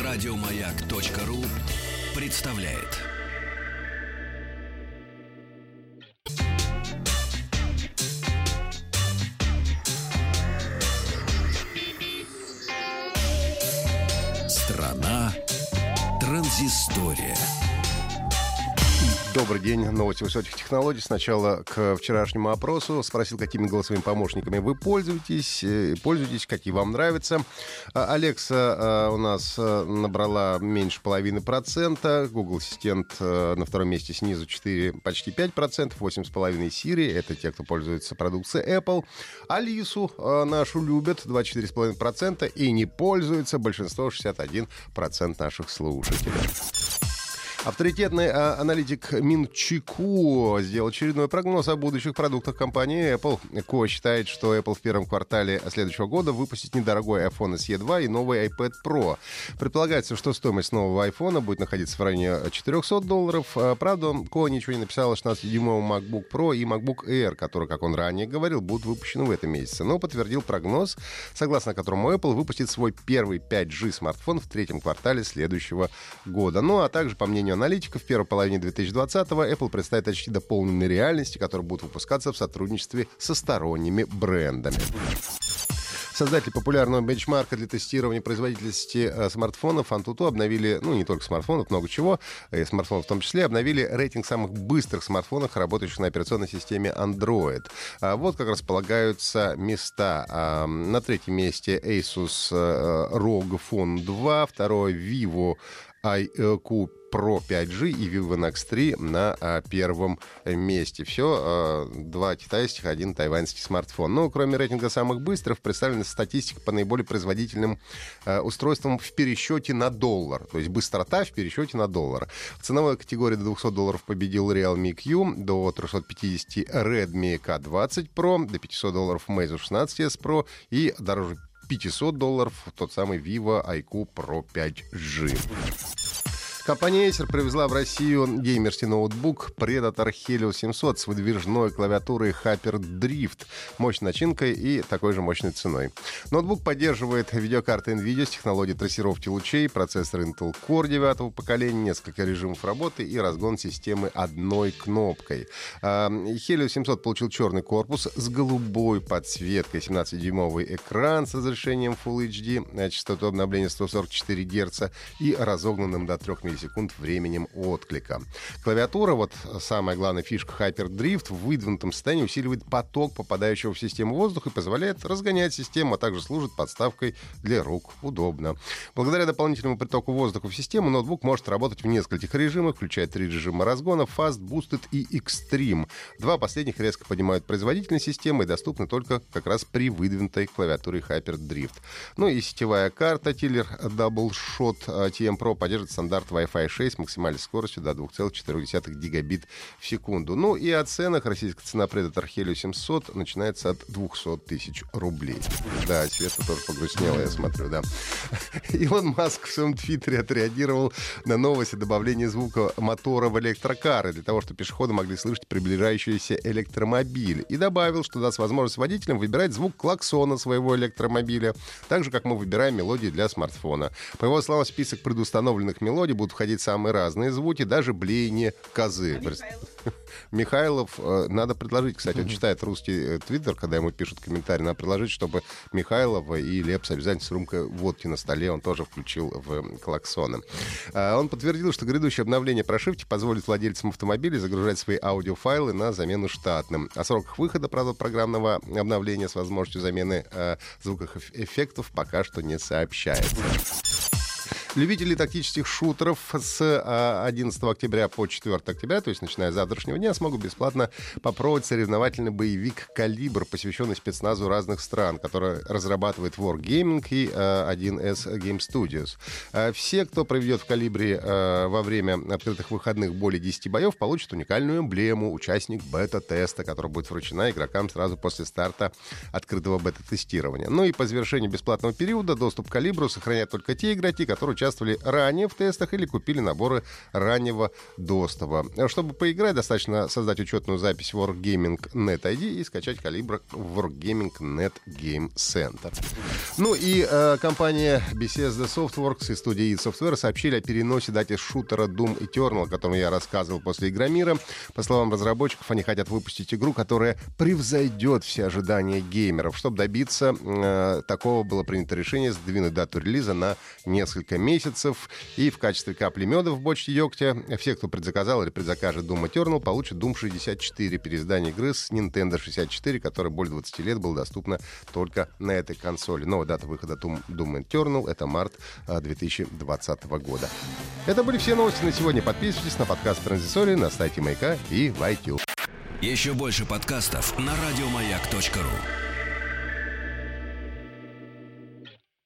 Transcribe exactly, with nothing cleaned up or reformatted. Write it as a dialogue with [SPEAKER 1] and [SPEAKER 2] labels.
[SPEAKER 1] Радиомаяк.ру представляет. Страна транзистория.
[SPEAKER 2] Добрый день. Новости высоких технологий. Сначала к вчерашнему опросу. Спросил, какими голосовыми помощниками вы пользуетесь, пользуетесь, какие вам нравятся. Алекса у нас набрала меньше половины процента. Google Ассистент на втором месте снизу четыре, почти пять процентов. восемь с половиной Siri. Это те, кто пользуется продукцией Apple. Алису нашу любят. двадцать четыре с половиной процента. И не пользуется большинство, шестьдесят один процент наших слушателей. Авторитетный а, аналитик Мин Чи Ку сделал очередной прогноз о будущих продуктах компании Apple. Ко считает, что Apple в первом квартале следующего года выпустит недорогой iPhone эс и два и новый iPad Pro. Предполагается, что стоимость нового iPhone будет находиться в районе четыреста долларов. Правда, Ко ничего не написал о шестнадцатидюймовом MacBook Pro и MacBook Air, которые, как он ранее говорил, будут выпущены в этом месяце. Но подтвердил прогноз, согласно которому Apple выпустит свой первый пять джи смартфон в третьем квартале следующего года. Ну, а также, по мнению аналитиков, в первой половине две тысячи двадцатого Apple представит очки дополненной реальности, которые будут выпускаться в сотрудничестве со сторонними брендами. Создатели популярного бенчмарка для тестирования производительности э, смартфонов Antutu обновили, ну, не только смартфонов, много чего, э, смартфонов в том числе, обновили рейтинг самых быстрых смартфонов, работающих на операционной системе Android. А вот как располагаются места. А, на третьем месте Asus э, рог Phone два, второй Vivo ай кью Pro пять джи и Vivo Nex три на а, первом месте. Все, а, два китайских, один тайваньский смартфон. Ну, кроме рейтинга самых быстрых, представлена статистика по наиболее производительным а, устройствам в пересчете на доллар. То есть быстрота в пересчете на доллар. В ценовой категории до двухсот долларов победил Realme Q, до трехсот пятидесяти Redmi K двадцать Pro, до пятисот долларов Meizu шестнадцать эс Pro и дороже пятисот долларов тот самый Vivo ай кью Pro пять джи. Компания Acer привезла в Россию геймерский ноутбук Predator Helio семьсот с выдвижной клавиатурой Hyperdrive, мощной начинкой и такой же мощной ценой. Ноутбук поддерживает видеокарты NVIDIA с технологией трассировки лучей, процессор Intel Core девятого поколения, несколько режимов работы и разгон системы одной кнопкой. Helio семьсот получил черный корпус с голубой подсветкой, семнадцатидюймовый экран с разрешением Full эйч ди, частоту обновления сто сорок четыре герца и разогнанным до трёх миллисекунд временем отклика. Клавиатура, вот самая главная фишка Hyperdrive, в выдвинутом состоянии усиливает поток попадающего в систему воздуха и позволяет разгонять систему, а также служит подставкой для рук. Удобно. Благодаря дополнительному притоку воздуха в систему ноутбук может работать в нескольких режимах, включая три режима разгона: Fast, Boosted и Extreme. Два последних резко поднимают производительность системы и доступны только как раз при выдвинутой клавиатуре Hyperdrive. Ну и сетевая карта Tiller Double Shot ти эм Pro поддерживает стандарт Wi-Fi шесть с максимальной скоростью до два целых четыре десятых гигабит в секунду. Ну и о ценах. Российская цена Predator Helio семьсот начинается от двухсот тысяч рублей. Да, Света тоже погрустнела, я смотрю, да. Илон Маск в своем твиттере отреагировал на новость о добавлении звука мотора в электрокары для того, чтобы пешеходы могли слышать приближающийся электромобиль. И добавил, что даст возможность водителям выбирать звук клаксона своего электромобиля, так же, как мы выбираем мелодии для смартфона. По его словам, в список предустановленных мелодий будут входить самые разные звуки, даже блеяние козы. А Михайлов, надо предложить, кстати, он читает русский твиттер, когда ему пишут комментарии, надо предложить, чтобы Михайлова и Лепс обязательно с рюмкой водки на столе он тоже включил в клаксоны. Он подтвердил, что грядущее обновление прошивки позволит владельцам автомобилей загружать свои аудиофайлы на замену штатным. О сроках выхода, правда, программного обновления с возможностью замены звуковых эффектов пока что не сообщается. Любители тактических шутеров с одиннадцатого октября по четвёртого октября, то есть начиная с завтрашнего дня, смогут бесплатно попробовать соревновательный боевик «Калибр», посвященный спецназу разных стран, который разрабатывает Wargaming и один эс Game Studios. Все, кто проведет в «Калибре» во время открытых выходных более десяти боев, получат уникальную эмблему «Участник бета-теста», которая будет вручена игрокам сразу после старта открытого бета-тестирования. Ну и по завершению бесплатного периода доступ к «Калибру» сохранят только те игроки, которые участвуют участвовали ранее в тестах или купили наборы раннего доступа. Чтобы поиграть, достаточно создать учетную запись в Wargaming точка нет ай ди и скачать калибр в Wargaming точка нет Game Center. Ну и э, компания Bethesda Softworks и студия id Software сообщили о переносе даты шутера Doom Eternal, о котором я рассказывал после Игромира. По словам разработчиков, они хотят выпустить игру, которая превзойдет все ожидания геймеров. Чтобы добиться э, такого, было принято решение сдвинуть дату релиза на несколько месяцев. И в качестве капли меда в бочке дегтя все, кто предзаказал или предзакажет Doom Eternal, получат Doom шестьдесят четыре, переиздание игры с Nintendo шестьдесят четыре, которая более двадцати лет была доступна только на этой консоли. Новая дата выхода Doom, Doom Eternal — это март две тысячи двадцатого года. Это были все новости на сегодня. Подписывайтесь на подкаст Транзистории на сайте Маяка и в iTunes.
[SPEAKER 1] Еще больше подкастов на радиомаяк точка ру.